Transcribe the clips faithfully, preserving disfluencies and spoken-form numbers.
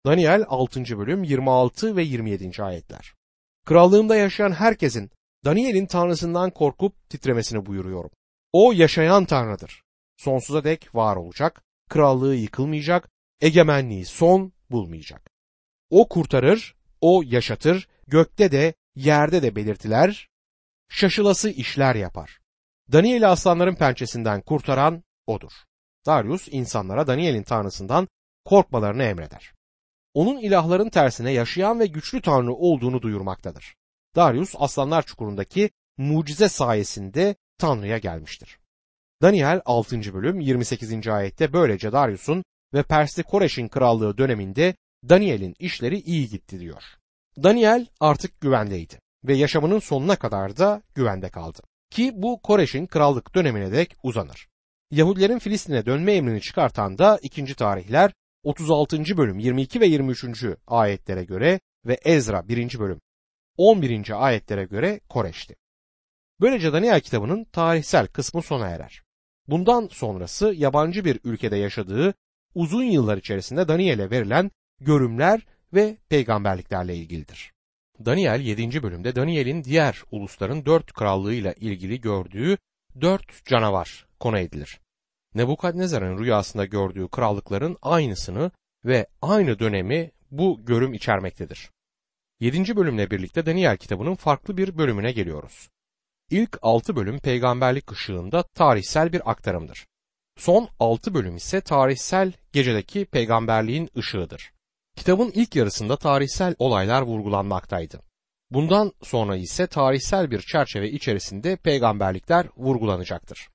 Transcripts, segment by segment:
Daniel altıncı bölüm yirmi altı ve yirmi yedinci ayetler. Krallığımda yaşayan herkesin Daniel'in Tanrısından korkup titremesini buyuruyorum. O yaşayan Tanrı'dır. Sonsuza dek var olacak, krallığı yıkılmayacak, egemenliği son bulmayacak. O kurtarır, o yaşatır, gökte de yerde de belirtiler, şaşılası işler yapar. Daniel'i aslanların pençesinden kurtaran odur. Darius insanlara Daniel'in Tanrısından korkmalarını emreder. Onun ilahların tersine yaşayan ve güçlü Tanrı olduğunu duyurmaktadır. Darius aslanlar çukurundaki mucize sayesinde Tanrı'ya gelmiştir. Daniel altıncı bölüm yirmi sekizinci ayette böylece Darius'un ve Persli Koreş'in krallığı döneminde Daniel'in işleri iyi gitti diyor. Daniel artık güvendeydi ve yaşamının sonuna kadar da güvende kaldı. Ki bu Koreş'in krallık dönemine dek uzanır. Yahudilerin Filistin'e dönme emrini çıkartan da ikinci Tarihler otuz altıncı bölüm yirmi iki ve yirmi üçüncü ayetlere göre ve Ezra birinci bölüm on birinci ayetlere göre Koreş'ti. Böylece Daniel kitabının tarihsel kısmı sona erer. Bundan sonrası yabancı bir ülkede yaşadığı uzun yıllar içerisinde Daniel'e verilen görümler ve peygamberliklerle ilgilidir. Daniel yedinci bölümde Daniel'in diğer ulusların dört krallığıyla ilgili gördüğü dört canavar konu edilir. Nebukadnezar'ın rüyasında gördüğü krallıkların aynısını ve aynı dönemi bu görüm içermektedir. yedinci bölümle birlikte Daniel kitabının farklı bir bölümüne geliyoruz. İlk altı bölüm peygamberlik ışığında tarihsel bir aktarımdır. Son altı bölüm ise tarihsel gecedeki peygamberliğin ışığıdır. Kitabın ilk yarısında tarihsel olaylar vurgulanmaktaydı. Bundan sonra ise tarihsel bir çerçeve içerisinde peygamberlikler vurgulanacaktır.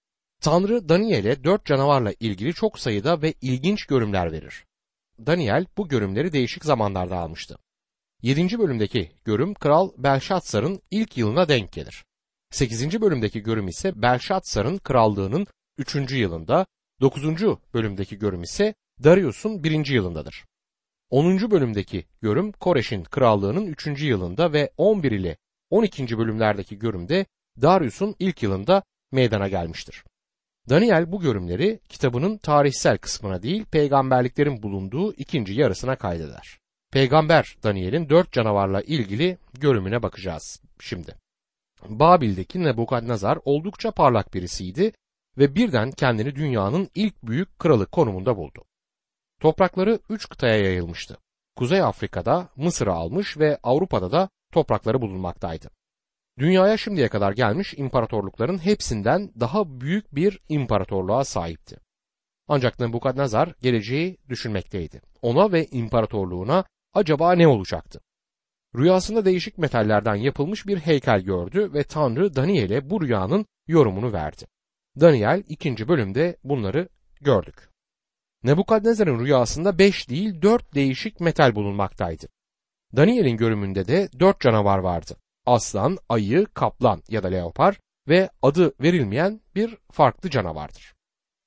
Tanrı Daniel'e dört canavarla ilgili çok sayıda ve ilginç görümler verir. Daniel bu görümleri değişik zamanlarda almıştı. yedinci bölümdeki görüm Kral Belşatsar'ın ilk yılına denk gelir. sekizinci bölümdeki görüm ise Belşatsar'ın krallığının üçüncü yılında, dokuzuncu bölümdeki görüm ise Darius'un birinci yılındadır. onuncu bölümdeki görüm Koreş'in krallığının üçüncü yılında ve on bir ile on ikinci bölümlerdeki görümde Darius'un ilk yılında meydana gelmiştir. Daniel bu görümleri kitabının tarihsel kısmına değil peygamberliklerin bulunduğu ikinci yarısına kaydeder. Peygamber Daniel'in dört canavarla ilgili görümüne bakacağız şimdi. Babil'deki Nebukadnezar oldukça parlak birisiydi ve birden kendini dünyanın ilk büyük kralı konumunda buldu. Toprakları üç kıtaya yayılmıştı. Kuzey Afrika'da Mısır'ı almış ve Avrupa'da da toprakları bulunmaktaydı. Dünyaya şimdiye kadar gelmiş imparatorlukların hepsinden daha büyük bir imparatorluğa sahipti. Ancak Nebukadnezar geleceği düşünmekteydi. Ona ve imparatorluğuna acaba ne olacaktı? Rüyasında değişik metallerden yapılmış bir heykel gördü ve Tanrı Daniel'e bu rüyanın yorumunu verdi. Daniel ikinci bölümde bunları gördük. Nebukadnezar'ın rüyasında beş değil dört değişik metal bulunmaktaydı. Daniel'in görümünde de dört canavar vardı. Aslan, ayı, kaplan ya da leopar ve adı verilmeyen bir farklı canavardır.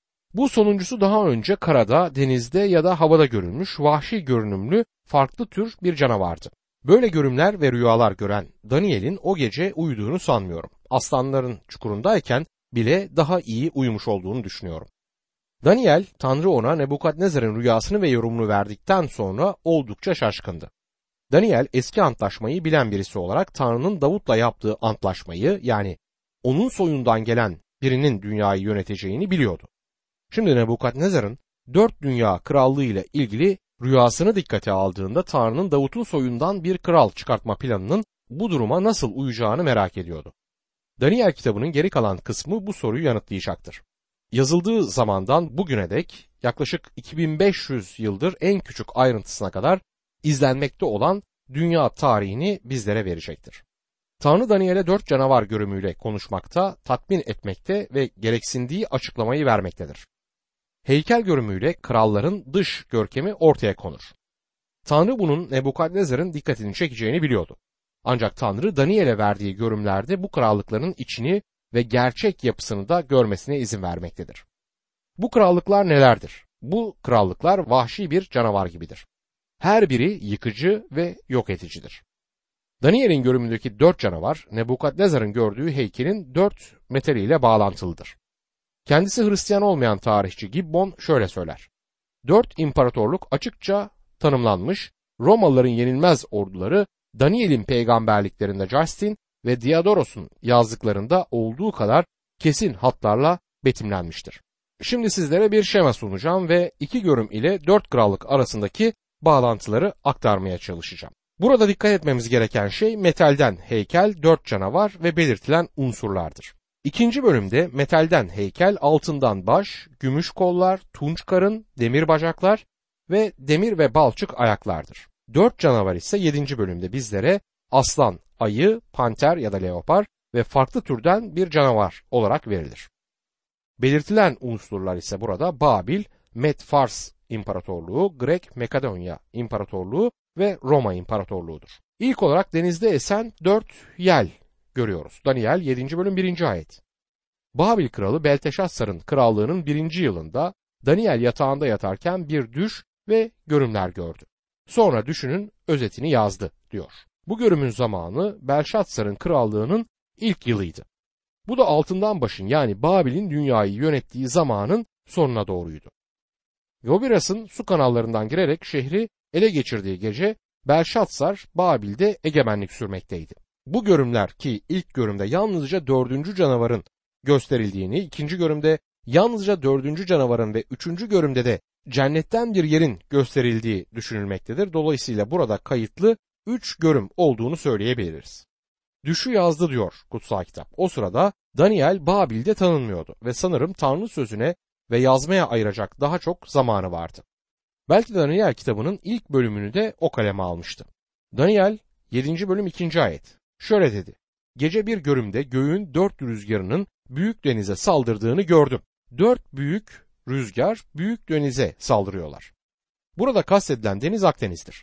Bu sonuncusu daha önce karada, denizde ya da havada görülmüş vahşi görünümlü farklı tür bir canavardı. Böyle görümler ve rüyalar gören Daniel'in o gece uyuduğunu sanmıyorum. Aslanların çukurundayken bile daha iyi uyumuş olduğunu düşünüyorum. Daniel, Tanrı ona Nebukadnezar'ın rüyasını ve yorumunu verdikten sonra oldukça şaşkındı. Daniel eski antlaşmayı bilen birisi olarak Tanrı'nın Davut'la yaptığı antlaşmayı yani onun soyundan gelen birinin dünyayı yöneteceğini biliyordu. Şimdi Nebukadnezar'ın dört dünya krallığı ile ilgili rüyasını dikkate aldığında Tanrı'nın Davut'un soyundan bir kral çıkartma planının bu duruma nasıl uyacağını merak ediyordu. Daniel kitabının geri kalan kısmı bu soruyu yanıtlayacaktır. Yazıldığı zamandan bugüne dek yaklaşık iki bin beş yüz yıldır en küçük ayrıntısına kadar izlenmekte olan dünya tarihini bizlere verecektir. Tanrı Daniel'e dört canavar görümüyle konuşmakta, tatmin etmekte ve gereksindiği açıklamayı vermektedir. Heykel görümüyle kralların dış görkemi ortaya konur. Tanrı bunun Nebukadnezar'ın dikkatini çekeceğini biliyordu. Ancak Tanrı Daniel'e verdiği görümlerde bu krallıkların içini ve gerçek yapısını da görmesine izin vermektedir. Bu krallıklar nelerdir? Bu krallıklar vahşi bir canavar gibidir. Her biri yıkıcı ve yok edicidir. Daniel'in görümündeki dört canavar Nebukadnezar'ın gördüğü heykelin dört metaliyle bağlantılıdır. Kendisi Hristiyan olmayan tarihçi Gibbon şöyle söyler. Dört imparatorluk açıkça tanımlanmış. Romalıların yenilmez orduları Daniel'in peygamberliklerinde Justin ve Diodoros'un yazdıklarında olduğu kadar kesin hatlarla betimlenmiştir. Şimdi sizlere bir şema sunacağım ve iki görüm ile dört krallık arasındaki bağlantıları aktarmaya çalışacağım. Burada dikkat etmemiz gereken şey metalden heykel, dört canavar ve belirtilen unsurlardır. İkinci bölümde metalden heykel, altından baş, gümüş kollar, tunç karın, demir bacaklar ve demir ve balçık ayaklardır. Dört canavar ise yedinci bölümde bizlere aslan, ayı, panter ya da leopar ve farklı türden bir canavar olarak verilir. Belirtilen unsurlar ise burada Babil, Med-Fars İmparatorluğu, Grek Makedonya İmparatorluğu ve Roma İmparatorluğu'dur. İlk olarak denizde esen dört yel görüyoruz. Daniel yedinci bölüm birinci ayet. Babil kralı Belteşassar'ın krallığının birinci yılında Daniel yatağında yatarken bir düş ve görümler gördü. Sonra düşünün özetini yazdı diyor. Bu görümün zamanı Belşatsar'ın krallığının ilk yılıydı. Bu da altından başın yani Babil'in dünyayı yönettiği zamanın sonuna doğruydu. Yobiras'ın su kanallarından girerek şehri ele geçirdiği gece Belşatsar Babil'de egemenlik sürmekteydi. Bu görümler ki ilk görümde yalnızca dördüncü canavarın gösterildiğini, ikinci görümde yalnızca dördüncü canavarın ve üçüncü görümde de cennetten bir yerin gösterildiği düşünülmektedir. Dolayısıyla burada kayıtlı üç görüm olduğunu söyleyebiliriz. Düşü yazdı diyor kutsal kitap. O sırada Daniel Babil'de tanınmıyordu ve sanırım Tanrı sözüne ve yazmaya ayıracak daha çok zamanı vardı. Belki Daniel kitabının ilk bölümünü de o kaleme almıştı. Daniel yedinci bölüm ikinci ayet. Şöyle dedi. Gece bir görümde göğün dört rüzgarının büyük denize saldırdığını gördüm. Dört büyük rüzgar büyük denize saldırıyorlar. Burada kastedilen deniz Akdeniz'dir.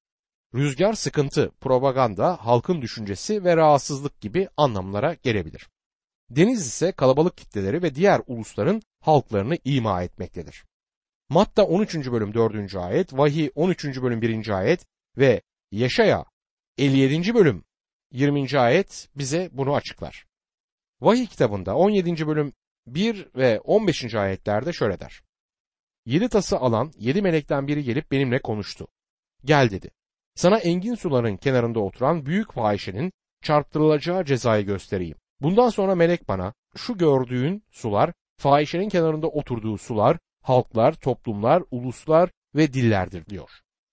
Rüzgar sıkıntı, propaganda, halkın düşüncesi ve rahatsızlık gibi anlamlara gelebilir. Deniz ise kalabalık kitleleri ve diğer ulusların halklarını ima etmektedir. Matta on üçüncü bölüm dördüncü ayet, Vahiy on üçüncü bölüm birinci ayet ve Yeşaya elli yedinci bölüm yirminci ayet bize bunu açıklar. Vahiy kitabında on yedinci bölüm bir ve on beşinci ayetlerde şöyle der. Yedi tası alan yedi melekten biri gelip benimle konuştu. Gel dedi. Sana engin suların kenarında oturan büyük fahişenin çarptırılacağı cezayı göstereyim. Bundan sonra melek bana şu gördüğün sular fahişenin kenarında oturduğu sular, halklar, toplumlar, uluslar ve dillerdir diyor.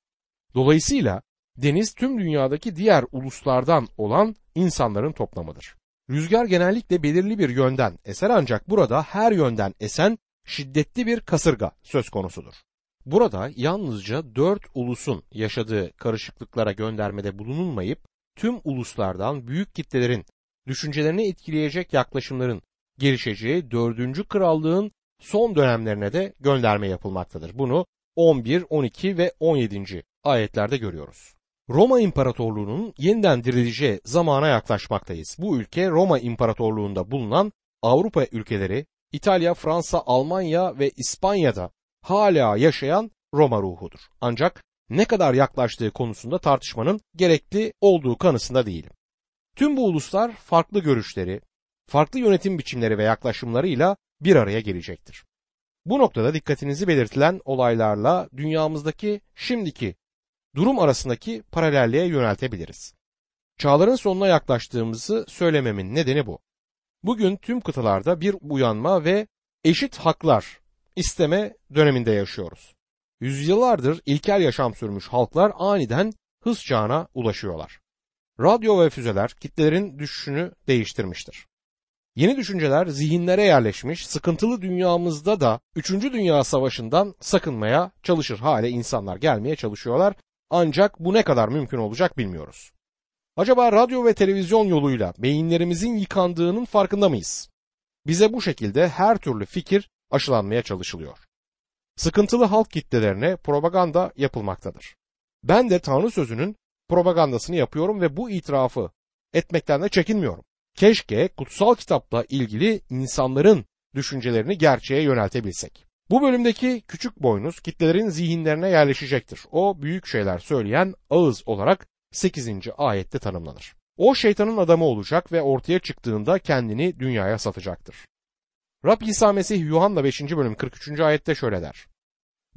Dolayısıyla deniz tüm dünyadaki diğer uluslardan olan insanların toplamıdır. Rüzgar genellikle belirli bir yönden eser ancak burada her yönden esen şiddetli bir kasırga söz konusudur. Burada yalnızca dört ulusun yaşadığı karışıklıklara göndermede bulunulmayıp tüm uluslardan büyük kitlelerin düşüncelerini etkileyecek yaklaşımların gelişeceği dördüncü krallığın son dönemlerine de gönderme yapılmaktadır. Bunu on bir, on iki ve on yedinci ayetlerde görüyoruz. Roma İmparatorluğu'nun yeniden dirileceği zamana yaklaşmaktayız. Bu ülke Roma İmparatorluğu'nda bulunan Avrupa ülkeleri, İtalya, Fransa, Almanya ve İspanya'da hala yaşayan Roma ruhudur. Ancak ne kadar yaklaştığı konusunda tartışmanın gerekli olduğu kanısında değilim. Tüm bu uluslar farklı görüşleri, farklı yönetim biçimleri ve yaklaşımlarıyla bir araya gelecektir. Bu noktada dikkatinizi belirtilen olaylarla dünyamızdaki şimdiki durum arasındaki paralelliğe yöneltebiliriz. Çağların sonuna yaklaştığımızı söylememin nedeni bu. Bugün tüm kıtalarda bir uyanma ve eşit haklar isteme döneminde yaşıyoruz. Yüzyıllardır ilkel yaşam sürmüş halklar aniden hız çağına ulaşıyorlar. Radyo ve füzeler kitlelerin düşüşünü değiştirmiştir. Yeni düşünceler zihinlere yerleşmiş, sıkıntılı dünyamızda da üçüncü Dünya Savaşı'ndan sakınmaya çalışır hale insanlar gelmeye çalışıyorlar. Ancak bu ne kadar mümkün olacak bilmiyoruz. Acaba radyo ve televizyon yoluyla beyinlerimizin yıkandığının farkında mıyız? Bize bu şekilde her türlü fikir aşılanmaya çalışılıyor. Sıkıntılı halk kitlelerine propaganda yapılmaktadır. Ben de Tanrı sözünün propagandasını yapıyorum ve bu itirafı etmekten de çekinmiyorum. Keşke kutsal kitapla ilgili insanların düşüncelerini gerçeğe yöneltebilsek. Bu bölümdeki küçük boynuz kitlelerin zihinlerine yerleşecektir. O büyük şeyler söyleyen ağız olarak sekizinci ayette tanımlanır. O şeytanın adamı olacak ve ortaya çıktığında kendini dünyaya satacaktır. Rab İsa Mesih Yuhanna beşinci bölüm kırk üçüncü ayette şöyle der.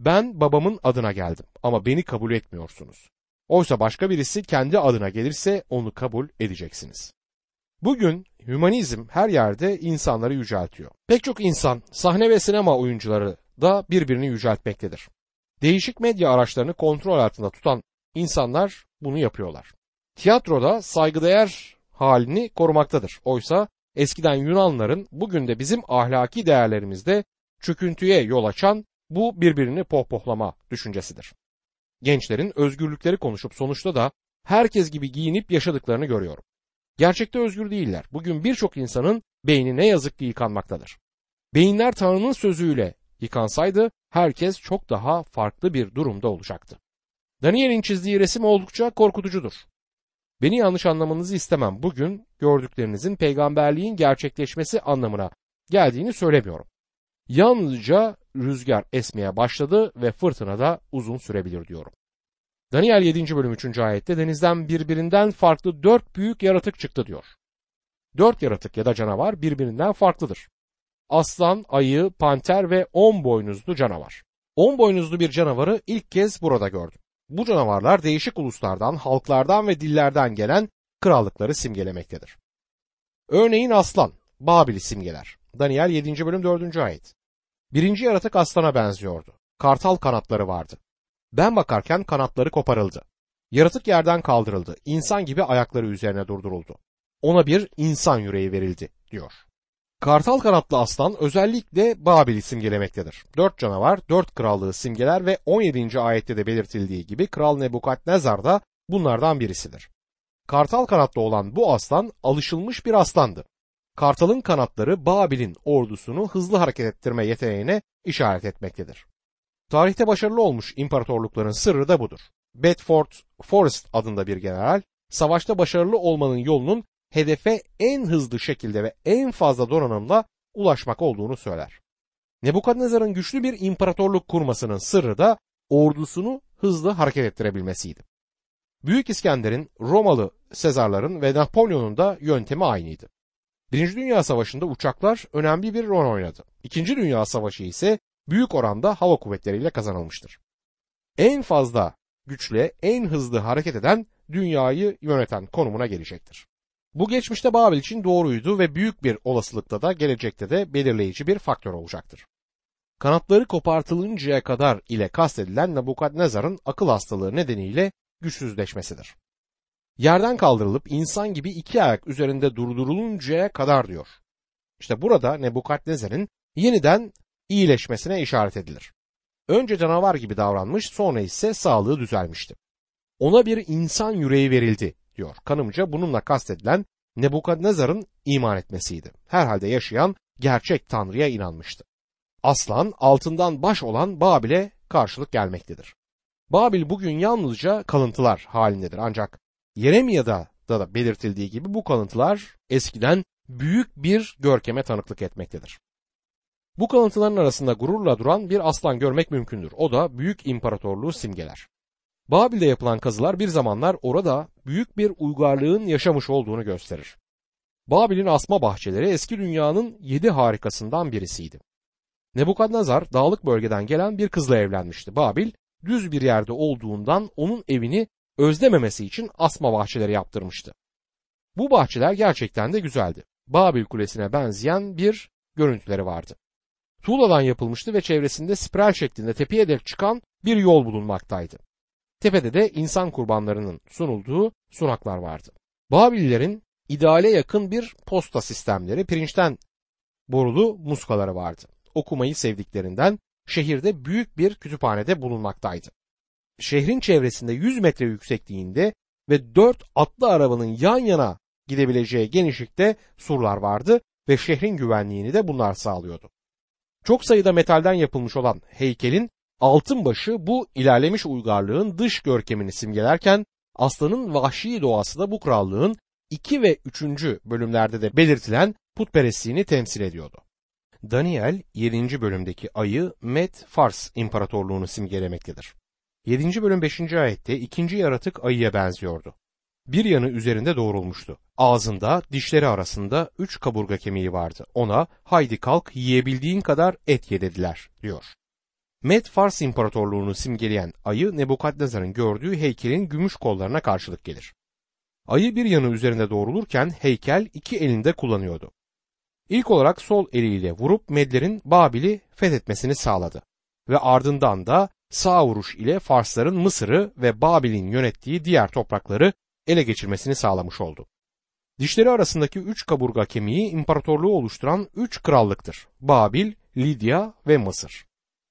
Ben babamın adına geldim ama beni kabul etmiyorsunuz. Oysa başka birisi kendi adına gelirse onu kabul edeceksiniz. Bugün hümanizm her yerde insanları yüceltiyor. Pek çok insan, sahne ve sinema oyuncuları da birbirini yüceltmektedir. Değişik medya araçlarını kontrol altında tutan insanlar bunu yapıyorlar. Tiyatroda saygıdeğer halini korumaktadır. Oysa eskiden Yunanların bugün de bizim ahlaki değerlerimizde çöküntüye yol açan bu birbirini pohpohlama düşüncesidir. Gençlerin özgürlükleri konuşup sonuçta da herkes gibi giyinip yaşadıklarını görüyorum. Gerçekte özgür değiller. Bugün birçok insanın beyni ne yazık ki yıkanmaktadır. Beyinler Tanrı'nın sözüyle yıkansaydı herkes çok daha farklı bir durumda olacaktı. Daniel'in çizdiği resim oldukça korkutucudur. Beni yanlış anlamanızı istemem. Bugün gördüklerinizin peygamberliğin gerçekleşmesi anlamına geldiğini söylemiyorum. Yalnızca rüzgar esmeye başladı ve fırtına da uzun sürebilir diyorum. Daniel yedinci bölüm üçüncü ayette denizden birbirinden farklı dört büyük yaratık çıktı diyor. Dört yaratık ya da canavar birbirinden farklıdır. Aslan, ayı, panter ve on boynuzlu canavar. On boynuzlu bir canavarı ilk kez burada gördüm. Bu canavarlar değişik uluslardan, halklardan ve dillerden gelen krallıkları simgelemektedir. Örneğin aslan, Babil'i simgeler. Daniel yedinci bölüm dördüncü ayet. Birinci yaratık aslana benziyordu. Kartal kanatları vardı. Ben bakarken kanatları koparıldı. Yaratık yerden kaldırıldı. İnsan gibi ayakları üzerine durduruldu. Ona bir insan yüreği verildi diyor. Kartal kanatlı aslan özellikle Babil'i simgelemektedir. Dört canavar, dört krallığı simgeler ve on yedinci ayette de belirtildiği gibi Kral Nebukadnezar da bunlardan birisidir. Kartal kanatlı olan bu aslan alışılmış bir aslandı. Kartalın kanatları Babil'in ordusunu hızlı hareket ettirme yeteneğine işaret etmektedir. Tarihte başarılı olmuş imparatorlukların sırrı da budur. Bedford Forrest adında bir general, savaşta başarılı olmanın yolunun hedefe en hızlı şekilde ve en fazla donanımla ulaşmak olduğunu söyler. Nebukadnezar'ın güçlü bir imparatorluk kurmasının sırrı da ordusunu hızlı hareket ettirebilmesiydi. Büyük İskender'in, Romalı Sezarların ve Napolyon'un da yöntemi aynıydı. Birinci Dünya Savaşı'nda uçaklar önemli bir rol oynadı. İkinci Dünya Savaşı ise büyük oranda hava kuvvetleriyle kazanılmıştır. En fazla güçle, en hızlı hareket eden dünyayı yöneten konumuna gelecektir. Bu geçmişte Babil için doğruydu ve büyük bir olasılıkla da gelecekte de belirleyici bir faktör olacaktır. Kanatları kopartılıncaya kadar ile kastedilen Nebukadnezar'ın akıl hastalığı nedeniyle güçsüzleşmesidir. Yerden kaldırılıp insan gibi iki ayak üzerinde durduruluncaya kadar diyor. İşte burada Nebukadnezar'ın yeniden iyileşmesine işaret edilir. Önce canavar gibi davranmış, sonra ise sağlığı düzelmişti. Ona bir insan yüreği verildi diyor. Kanımca bununla kastedilen Nebukadnezar'ın iman etmesiydi. Herhalde yaşayan gerçek Tanrı'ya inanmıştı. Aslan altından baş olan Babil'e karşılık gelmektedir. Babil bugün yalnızca kalıntılar halindedir, ancak Yeremya'da da, da belirtildiği gibi bu kalıntılar eskiden büyük bir görkeme tanıklık etmektedir. Bu kalıntıların arasında gururla duran bir aslan görmek mümkündür. O da büyük imparatorluğu simgeler. Babil'de yapılan kazılar bir zamanlar orada büyük bir uygarlığın yaşamış olduğunu gösterir. Babil'in asma bahçeleri eski dünyanın yedi harikasından birisiydi. Nebukadnezar dağlık bölgeden gelen bir kızla evlenmişti. Babil düz bir yerde olduğundan onun evini özlememesi için asma bahçeleri yaptırmıştı. Bu bahçeler gerçekten de güzeldi. Babil Kulesi'ne benzeyen bir görüntüleri vardı. Tuğladan yapılmıştı ve çevresinde spiral şeklinde tepeye dek çıkan bir yol bulunmaktaydı. Tepede de insan kurbanlarının sunulduğu sunaklar vardı. Babililerin ideale yakın bir posta sistemleri, pirinçten borulu muskaları vardı. Okumayı sevdiklerinden şehirde büyük bir kütüphanede bulunmaktaydı. Şehrin çevresinde yüz metre yüksekliğinde ve dört atlı arabanın yan yana gidebileceği genişlikte surlar vardı ve şehrin güvenliğini de bunlar sağlıyordu. Çok sayıda metalden yapılmış olan heykelin altın başı bu ilerlemiş uygarlığın dış görkemini simgelerken aslanın vahşi doğası da bu krallığın iki ve üçüncü bölümlerde de belirtilen putperestliğini temsil ediyordu. Daniel yedinci bölümdeki ayı Med-Fars imparatorluğunu simgelemektedir. yedinci bölüm beşinci ayette ikinci yaratık ayıya benziyordu. Bir yanı üzerinde doğrulmuştu. Ağzında, dişleri arasında üç kaburga kemiği vardı. Ona haydi kalk yiyebildiğin kadar et ye dediler diyor. Med Fars İmparatorluğunu simgeleyen ayı Nebukadnezar'ın gördüğü heykelin gümüş kollarına karşılık gelir. Ayı bir yanı üzerinde doğrulurken heykel iki elinde kullanıyordu. İlk olarak sol eliyle vurup Medlerin Babil'i fethetmesini sağladı ve ardından da sağ vuruş ile Farsların Mısır'ı ve Babil'in yönettiği diğer toprakları ele geçirmesini sağlamış oldu. Dişleri arasındaki üç kaburga kemiği imparatorluğu oluşturan üç krallıktır: Babil, Lidya ve Mısır.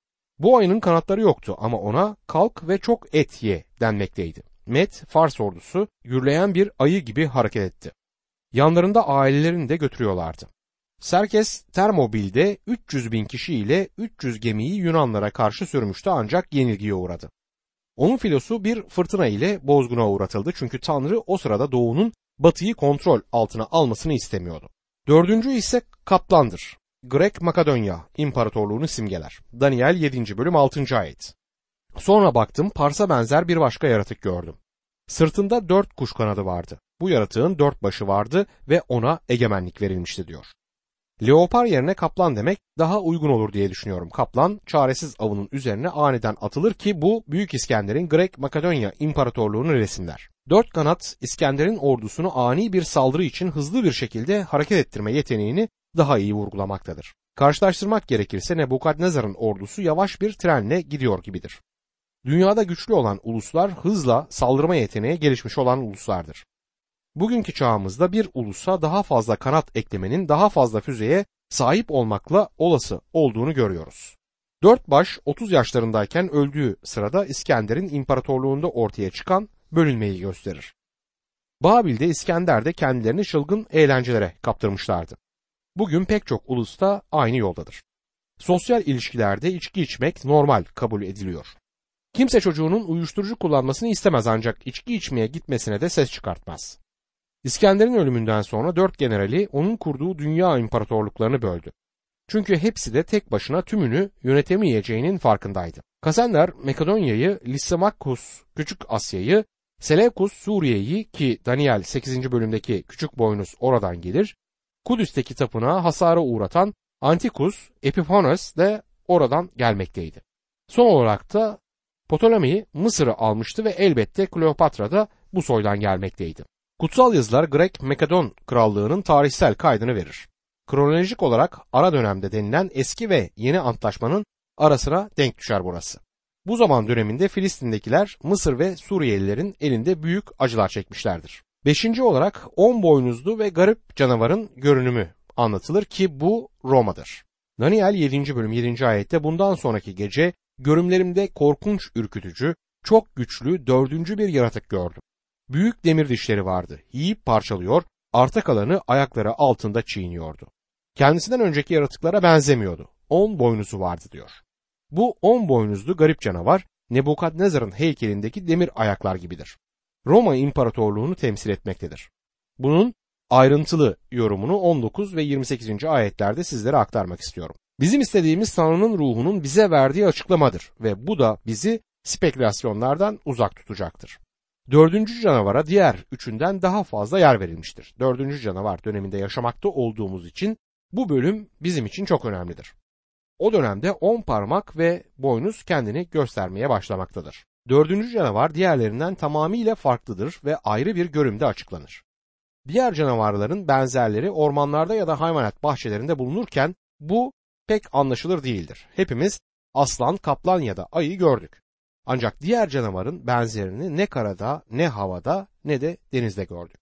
Bu ayının kanatları yoktu ama ona kalk ve çok et ye denmekteydi. Med, Fars ordusu gürleyen bir ayı gibi hareket etti. Yanlarında ailelerini de götürüyorlardı. Serkes Termobil'de üç yüz bin kişiyle üç yüz gemiyi Yunanlara karşı sürmüştü ancak yenilgiye uğradı. Onun filosu bir fırtına ile bozguna uğratıldı çünkü Tanrı o sırada doğunun batıyı kontrol altına almasını istemiyordu. Dördüncü ise kaplandır. Grek Makedonya İmparatorluğunu simgeler. Daniel yedinci bölüm altıncı ayet. Sonra baktım, Pars'a benzer bir başka yaratık gördüm. Sırtında dört kuş kanadı vardı. Bu yaratığın dört başı vardı ve ona egemenlik verilmişti diyor. Leopar yerine kaplan demek daha uygun olur diye düşünüyorum. Kaplan çaresiz avının üzerine aniden atılır ki bu Büyük İskender'in Grek Makedonya İmparatorluğunu resimler. Dört kanat İskender'in ordusunu ani bir saldırı için hızlı bir şekilde hareket ettirme yeteneğini daha iyi vurgulamaktadır. Karşılaştırmak gerekirse Nebukadnezar'ın ordusu yavaş bir trenle gidiyor gibidir. Dünyada güçlü olan uluslar hızla saldırma yeteneği gelişmiş olan uluslardır. Bugünkü çağımızda bir ulusa daha fazla kanat eklemenin daha fazla füzeye sahip olmakla olası olduğunu görüyoruz. Dört baş otuz yaşlarındayken öldüğü sırada İskender'in imparatorluğunda ortaya çıkan bölünmeyi gösterir. Babil'de İskender de kendilerini çılgın eğlencelere kaptırmışlardı. Bugün pek çok ulus da aynı yoldadır. Sosyal ilişkilerde içki içmek normal kabul ediliyor. Kimse çocuğunun uyuşturucu kullanmasını istemez ancak içki içmeye gitmesine de ses çıkartmaz. İskender'in ölümünden sonra dört generali onun kurduğu dünya imparatorluklarını böldü. Çünkü hepsi de tek başına tümünü yönetemeyeceğinin farkındaydı. Kasenler Makedonya'yı, Lysimakus Küçük Asya'yı, Seleukus Suriye'yi ki Daniel sekizinci bölümdeki küçük boynuz oradan gelir, Kudüs'teki tapınağı hasara uğratan Antikus Epiphanes de oradan gelmekteydi. Son olarak da Ptolemyi Mısır'ı almıştı ve elbette Kleopatra da bu soydan gelmekteydi. Kutsal yazılar Grek Makedon krallığının tarihsel kaydını verir. Kronolojik olarak ara dönemde denilen eski ve yeni antlaşmanın arasına denk düşer burası. Bu zaman döneminde Filistin'dekiler Mısır ve Suriyelilerin elinde büyük acılar çekmişlerdir. Beşinci olarak on boynuzlu ve garip canavarın görünümü anlatılır ki bu Roma'dır. Daniel yedinci bölüm yedinci ayette bundan sonraki gece görümlerimde korkunç ürkütücü, çok güçlü dördüncü bir yaratık gördüm. Büyük demir dişleri vardı. Yiyip parçalıyor, arta kalanı ayakları altında çiğniyordu. Kendisinden önceki yaratıklara benzemiyordu. On boynuzu vardı diyor. Bu on boynuzlu garip canavar Nebukadnezar'ın heykelindeki demir ayaklar gibidir. Roma İmparatorluğunu temsil etmektedir. Bunun ayrıntılı yorumunu on dokuz ve yirmi sekizinci ayetlerde sizlere aktarmak istiyorum. Bizim istediğimiz Tanrı'nın ruhunun bize verdiği açıklamadır ve bu da bizi spekülasyonlardan uzak tutacaktır. Dördüncü canavara diğer üçünden daha fazla yer verilmiştir. Dördüncü canavar döneminde yaşamakta olduğumuz için bu bölüm bizim için çok önemlidir. O dönemde on parmak ve boynuz kendini göstermeye başlamaktadır. Dördüncü canavar diğerlerinden tamamıyla farklıdır ve ayrı bir görümde açıklanır. Diğer canavarların benzerleri ormanlarda ya da hayvanat bahçelerinde bulunurken bu pek anlaşılır değildir. Hepimiz aslan, kaplan ya da ayı gördük. Ancak diğer canavarın benzerini ne karada, ne havada, ne de denizde gördük.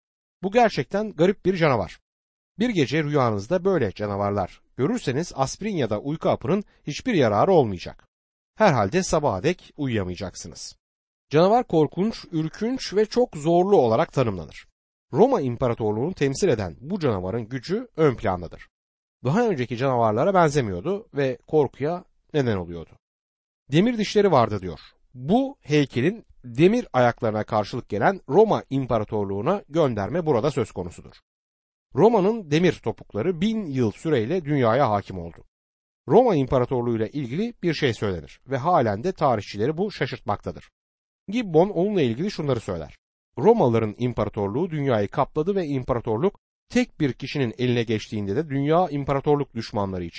Bu gerçekten garip bir canavar. Bir gece rüyanızda böyle canavarlar görürseniz aspirin ya da uyku hapının hiçbir yararı olmayacak. Herhalde sabaha dek uyuyamayacaksınız. Canavar korkunç, ürkünç ve çok zorlu olarak tanımlanır. Roma İmparatorluğu'nu temsil eden bu canavarın gücü ön plandadır. Daha önceki canavarlara benzemiyordu ve korkuya neden oluyordu. Demir dişleri vardı diyor. Bu heykelin demir ayaklarına karşılık gelen Roma İmparatorluğu'na gönderme burada söz konusudur. Roma'nın demir topukları bin yıl süreyle dünyaya hakim oldu. Roma İmparatorluğu ile ilgili bir şey söylenir ve halen de tarihçileri bu şaşırtmaktadır. Gibbon onunla ilgili şunları söyler. Romalıların imparatorluğu dünyayı kapladı ve imparatorluk tek bir kişinin eline geçtiğinde de dünya imparatorluk düşmanları için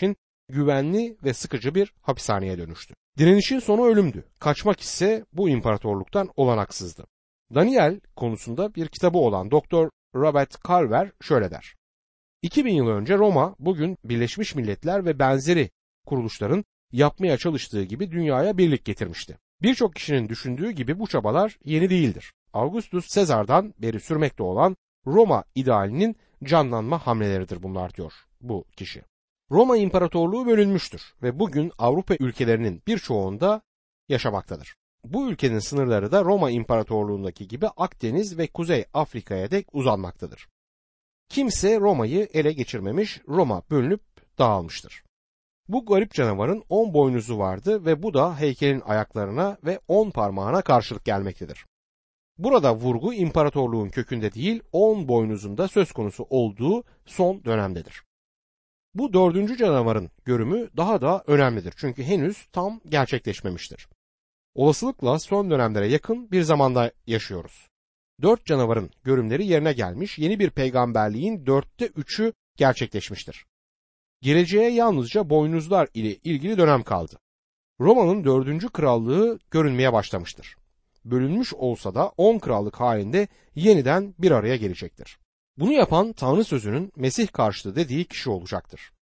güvenli ve sıkıcı bir hapishaneye dönüştü. Direnişin sonu ölümdü. Kaçmak ise bu imparatorluktan olanaksızdı. Daniel konusunda bir kitabı olan doktor Robert Carver şöyle der. iki bin yıl önce Roma bugün Birleşmiş Milletler ve benzeri kuruluşların yapmaya çalıştığı gibi dünyaya birlik getirmişti. Birçok kişinin düşündüğü gibi bu çabalar yeni değildir. Augustus Sezar'dan beri sürmekte olan Roma idealinin canlanma hamleleridir bunlar diyor bu kişi. Roma İmparatorluğu bölünmüştür ve bugün Avrupa ülkelerinin birçoğunda yaşamaktadır. Bu ülkenin sınırları da Roma İmparatorluğundaki gibi Akdeniz ve Kuzey Afrika'ya dek uzanmaktadır. Kimse Roma'yı ele geçirmemiş, Roma bölünüp dağılmıştır. Bu garip canavarın on boynuzu vardı ve bu da heykelin ayaklarına ve on parmağına karşılık gelmektedir. Burada vurgu imparatorluğun kökünde değil, on boynuzunda söz konusu olduğu son dönemdedir. Bu dördüncü canavarın görümü daha da önemlidir çünkü henüz tam gerçekleşmemiştir. Olasılıkla son dönemlere yakın bir zamanda yaşıyoruz. Dört canavarın görümleri yerine gelmiş, yeni bir peygamberliğin dörtte üçü gerçekleşmiştir. Geleceğe yalnızca boynuzlar ile ilgili dönem kaldı. Roma'nın dördüncü krallığı görünmeye başlamıştır. Bölünmüş olsa da on krallık halinde yeniden bir araya gelecektir. Bunu yapan Tanrı sözünün Mesih karşıtı dediği kişi olacaktır.